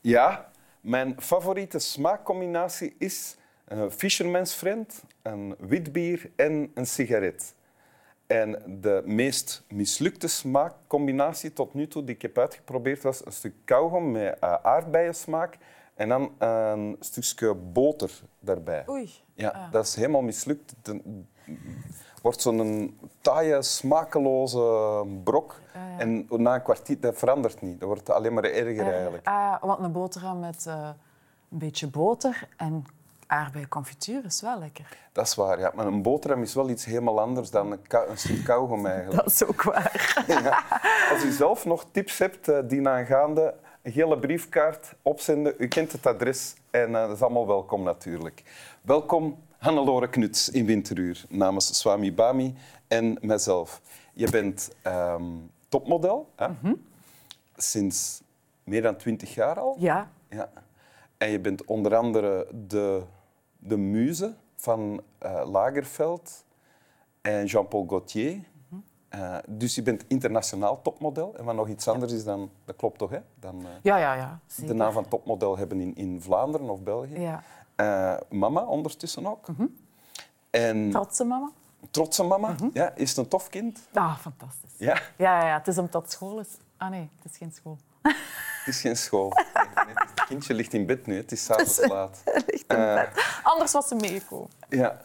Ja, mijn favoriete smaakcombinatie is Fisherman's Friend, een wit bier en een sigaret. En de meest mislukte smaakcombinatie tot nu toe die ik heb uitgeprobeerd was een stuk kauwgom met aardbeiensmaak en dan een stukje boter daarbij. Oei. Ja, dat is helemaal mislukt. Het wordt zo'n taaie, smakeloze brok. Ja. En na een kwartier, dat verandert niet. Dat wordt alleen maar erger eigenlijk. Want een boterham met een beetje boter en aardbeienconfituur is wel lekker. Dat is waar, ja. Maar een boterham is wel iets helemaal anders dan een stuk kauwgom eigenlijk. Dat is ook waar. Ja. Als u zelf nog tips hebt dienaangaande, een gele briefkaart opzenden. U kent het adres en dat is allemaal welkom natuurlijk. Welkom Hannelore Knuts in Winteruur namens Swami Bami en mijzelf. Je bent topmodel, hè? Sinds meer dan 20 jaar al. Ja. Ja. En je bent onder andere de muze van Lagerfeld en Jean-Paul Gaultier. Dus je bent internationaal topmodel. En wat nog iets anders is dan... Dat klopt toch, hè? Dan, Ja. de naam van topmodel hebben in Vlaanderen of België. Ja. Mama ondertussen ook. En Trotse mama. trotse mama. Ja, is het een tof kind? Ah, fantastisch. Ja? Ja, het is omdat het school is. Ah nee, het is geen school. Het is geen school. Nee, het kindje ligt in bed nu. Het is 's avonds laat. Het ligt in bed. Anders was ze meegekomen. Ja.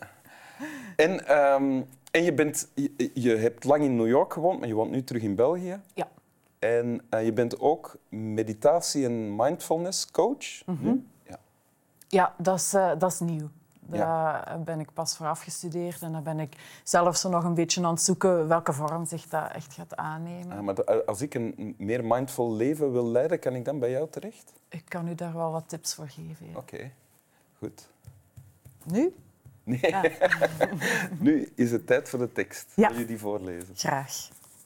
En je hebt lang in New York gewoond, maar je woont nu terug in België. Ja. En je bent ook meditatie- en mindfulness coach. Ja, dat is nieuw. Daar ben ik pas voor afgestudeerd en dan ben ik zelf zo nog een beetje aan het zoeken welke vorm zich dat echt gaat aannemen. Maar als ik een meer mindful leven wil leiden, kan ik dan bij jou terecht? Ik kan u daar wel wat tips voor geven. Ja. Oké, goed. Nu? Nee. Ja. Nu is het tijd voor de tekst. Ja. Wil je die voorlezen? Graag.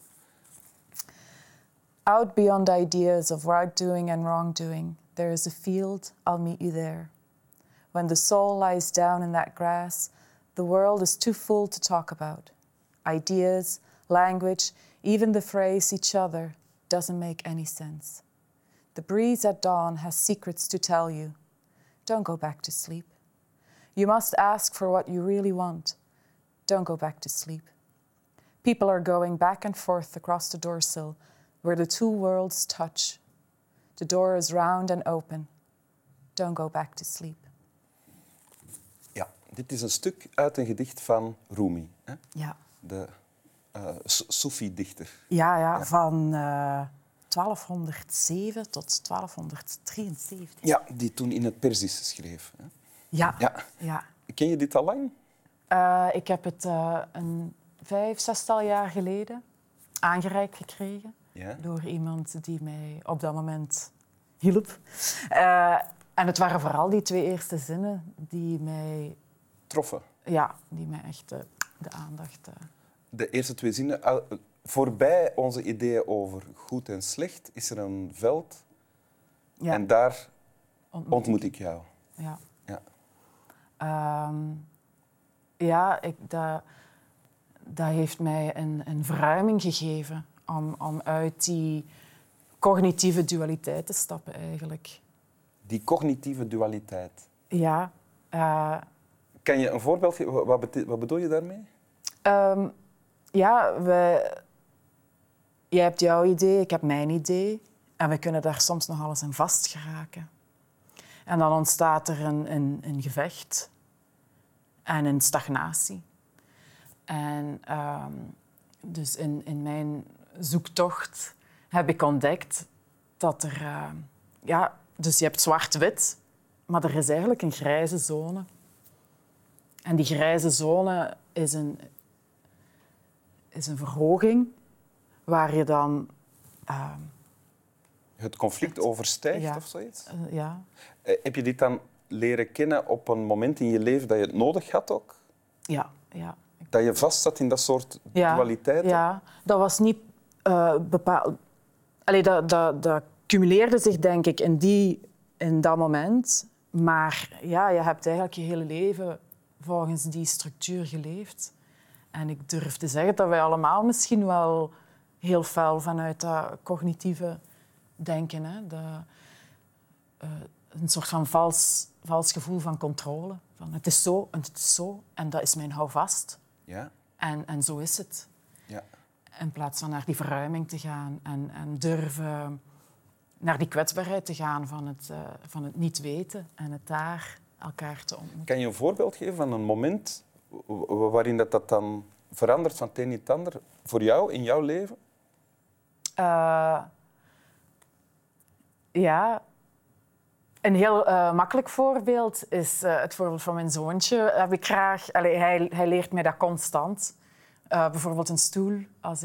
Out beyond ideas of right doing and wrongdoing, there is a field, I'll meet you there. When the soul lies down in that grass, the world is too full to talk about. Ideas, language, even the phrase each other doesn't make any sense. The breeze at dawn has secrets to tell you. Don't go back to sleep. You must ask for what you really want. Don't go back to sleep. People are going back and forth across the doorsill where the two worlds touch. The door is round and open. Don't go back to sleep. Ja, dit is een stuk uit een gedicht van Rumi, hè? Ja. De Soefi-dichter. Ja, van 1207 tot 1273. Ja, die toen in het Perzisch schreef. Hè? Ja. Ken je dit al lang? Ik heb het een 5-6-tal jaar geleden aangereikt gekregen door iemand die mij op dat moment hielp. En het waren vooral die 2 eerste zinnen die mij... Troffen. Ja, die mij echt de aandacht... De eerste 2 zinnen. Voorbij onze ideeën over goed en slecht is er een veld. Ja. En daar ontmoet ik jou. Ja. Ja. Dat heeft mij een verruiming gegeven om uit die cognitieve dualiteit te stappen, eigenlijk. Die cognitieve dualiteit. Ja. Kan je een voorbeeld geven? Wat bedoel je daarmee? Jij hebt jouw idee, ik heb mijn idee. En we kunnen daar soms nog alles in vastgeraken. En dan ontstaat er een gevecht en een stagnatie. En dus in mijn zoektocht heb ik ontdekt dat er... dus je hebt zwart-wit, maar er is eigenlijk een grijze zone. En die grijze zone is een verhoging waar je dan... Het conflict overstijgt of zoiets? Ja. Heb je dit dan leren kennen op een moment in je leven dat je het nodig had ook? Ja. Dat je vast zat in dat soort dualiteiten? Ja, dat was niet bepaald... Dat cumuleerde zich, denk ik, in dat moment. Maar ja, je hebt eigenlijk je hele leven volgens die structuur geleefd. En ik durf te zeggen dat wij allemaal misschien wel heel fel vanuit dat cognitieve denken. Hè. een soort van vals gevoel van controle. Van het is zo en het is zo en dat is mijn houvast. Ja. En zo is het. Ja. In plaats van naar die verruiming te gaan en durven naar die kwetsbaarheid te gaan van het niet weten en het daar elkaar te ontmoeten. Kan je een voorbeeld geven van een moment waarin dat dan verandert van het een in het ander voor jou, in jouw leven? Ja, een heel makkelijk voorbeeld is het voorbeeld van mijn zoontje. Heb ik graag. Hij leert mij dat constant. Bijvoorbeeld een stoel.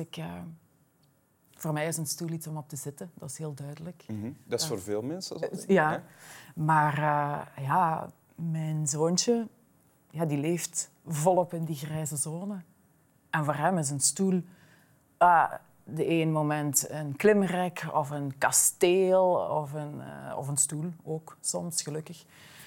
Voor mij is een stoel iets om op te zitten, dat is heel duidelijk. Mm-hmm. Dat is voor veel mensen zo. Ja, hè? maar mijn zoontje die leeft volop in die grijze zone. En voor hem is een stoel de een moment een klimrek of een kasteel of een stoel, ook soms, gelukkig.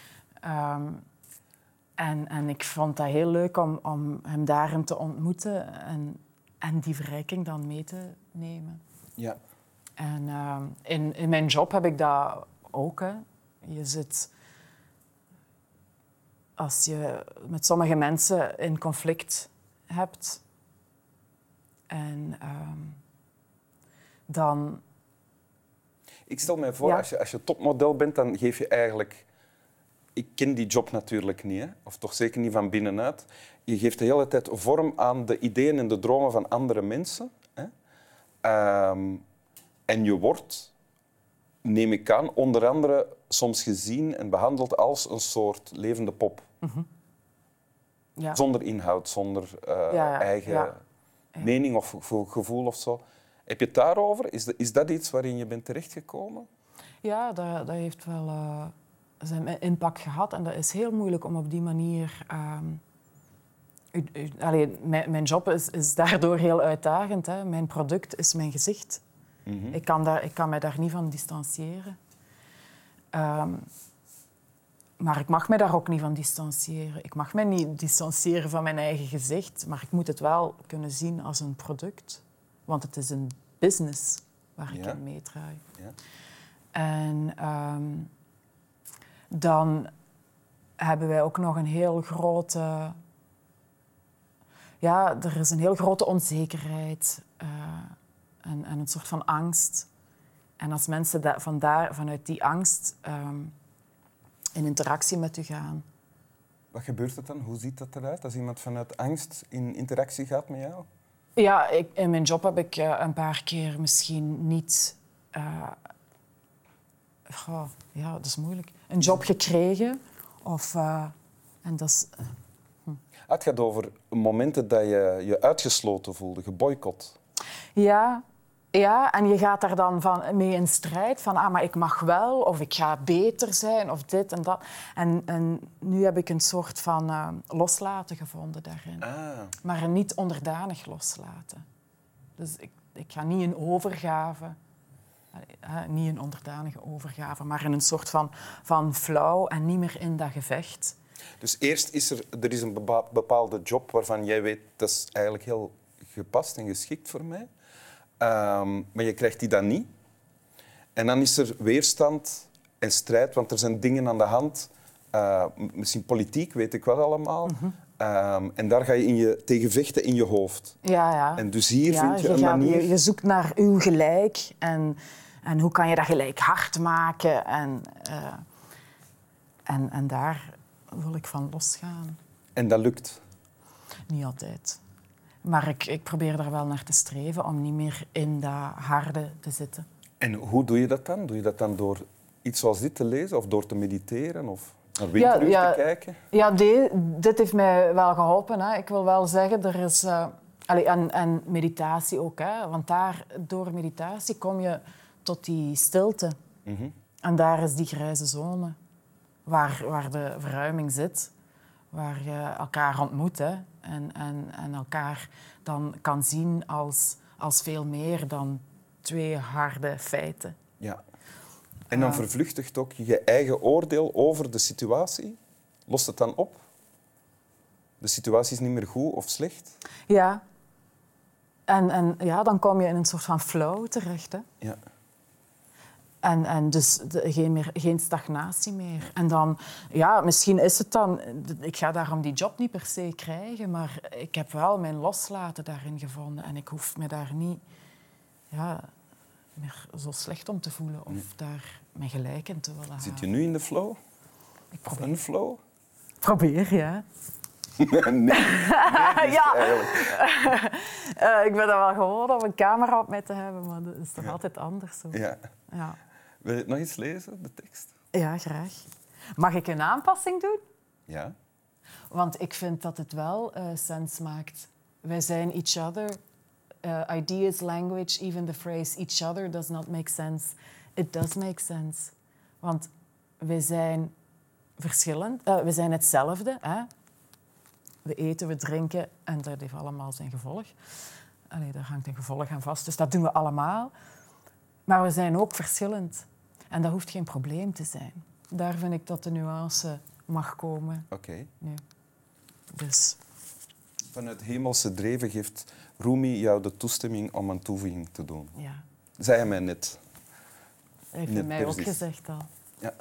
En ik vond dat heel leuk om hem daarin te ontmoeten en die verrijking dan mee te nemen. Ja. En in mijn job heb ik dat ook. Hè. Je zit... Als je met sommige mensen in conflict hebt en dan... Ik stel mij voor, als je topmodel bent, dan geef je eigenlijk... Ik ken die job natuurlijk niet, hè? Of toch zeker niet van binnenuit. Je geeft de hele tijd vorm aan de ideeën en de dromen van andere mensen. Hè? En je wordt, neem ik aan, onder andere soms gezien en behandeld als een soort levende pop. Mm-hmm. Ja. Zonder inhoud, zonder eigen mening of gevoel of zo. Heb je het daarover? Is dat iets waarin je bent terechtgekomen? Ja, dat heeft wel zijn impact gehad. En dat is heel moeilijk om op die manier... mijn job is daardoor heel uitdagend. Hè. Mijn product is mijn gezicht. Mm-hmm. Ik kan mij daar niet van distancieren. Maar ik mag mij daar ook niet van distancieren. Ik mag mij niet distancieren van mijn eigen gezicht, maar ik moet het wel kunnen zien als een product. Want het is een business waar ik in meedraai. Ja. En dan hebben wij ook nog een heel grote... Ja, er is een heel grote onzekerheid en een soort van angst. En als mensen vanuit die angst in interactie met u gaan... Wat gebeurt er dan? Hoe ziet dat eruit als iemand vanuit angst in interactie gaat met jou? Ja, in mijn job heb ik een paar keer misschien niet... ja, dat is moeilijk. Een job gekregen of... en dat is... Het gaat over momenten dat je je uitgesloten voelde, geboycott. Ja, en je gaat daar dan mee in strijd. Van, maar ik mag wel, of ik ga beter zijn, of dit en dat. En nu heb ik een soort van loslaten gevonden daarin. Maar een niet onderdanig loslaten. Dus ik ga niet in overgave... niet een onderdanige overgave, maar in een soort van flauw en niet meer in dat gevecht. Dus eerst is er is een bepaalde job waarvan jij weet dat is eigenlijk heel gepast en geschikt voor mij. Maar je krijgt die dan niet. En dan is er weerstand en strijd, want er zijn dingen aan de hand. Misschien politiek, weet ik wel allemaal. Mm-hmm. En daar ga je tegen vechten in je hoofd. Ja. En dus hier vind je een manier... Je zoekt naar uw gelijk en hoe kan je dat gelijk hard maken. En daar wil ik van losgaan. En dat lukt? Niet altijd. Maar ik probeer daar wel naar te streven om niet meer in dat harde te zitten. En hoe doe je dat dan? Doe je dat dan door iets zoals dit te lezen of door te mediteren of naar Winteruur te kijken? Ja, dit heeft mij wel geholpen. Hè. Ik wil wel zeggen, er is... en meditatie ook. Hè. Want door meditatie kom je tot die stilte. Mm-hmm. En daar is die grijze zone waar de verruiming zit. Waar je elkaar ontmoet, hè. En elkaar dan kan zien als veel meer dan twee harde feiten. Ja. En dan vervluchtigt ook je eigen oordeel over de situatie. Lost het dan op? De situatie is niet meer goed of slecht? Ja. En dan kom je in een soort van flow terecht. Hè. Ja. En dus geen stagnatie meer. En dan, ja, misschien is het dan... Ik ga daarom die job niet per se krijgen, maar ik heb wel mijn loslaten daarin gevonden. En ik hoef me daar niet meer zo slecht om te voelen of daar mijn gelijk in te willen halen. Zit je nu in de flow? Ik probeer. Of een flow? Probeer, ja. Nee, Ja. eigenlijk. Ik ben er wel gewoon om een camera op mij te hebben, maar dat is toch altijd anders zo. Ja. Ja. Wil je het nog eens lezen, de tekst? Ja, graag. Mag ik een aanpassing doen? Ja. Want ik vind dat het wel sens maakt. Wij zijn each other. Ideas, language, even the phrase each other does not make sense. It does make sense. Want wij zijn verschillend. We zijn hetzelfde. Hè? We eten, we drinken en dat heeft allemaal zijn gevolg. Allee, daar hangt een gevolg aan vast. Dus dat doen we allemaal. Maar we zijn ook verschillend. En dat hoeft geen probleem te zijn. Daar vind ik dat de nuance mag komen. Oké. Nu. Dus. Vanuit hemelse dreven geeft Rumi jou de toestemming om een toevoeging te doen. Ja. Zei hij mij net. Dat heeft In hij het mij ook Perzisch. gezegd al. Ja.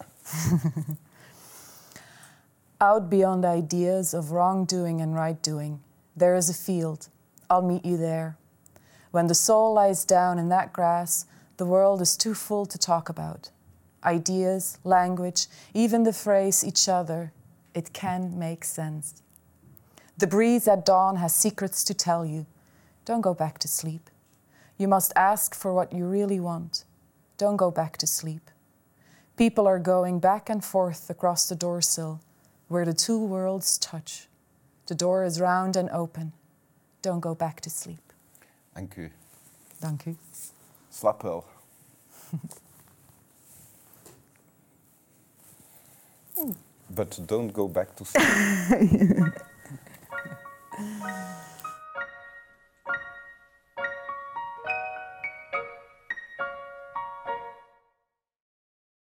Out beyond ideas of wrongdoing and right-doing, there is a field. I'll meet you there. When the soul lies down in that grass, the world is too full to talk about. Ideas, language, even the phrase each other, it can make sense. The breeze at dawn has secrets to tell you. Don't go back to sleep. You must ask for what you really want. Don't go back to sleep. People are going back and forth across the doorsill, where the two worlds touch. The door is round and open. Don't go back to sleep. Dank u. Dank u. Slaap wel. But don't go back to sleep.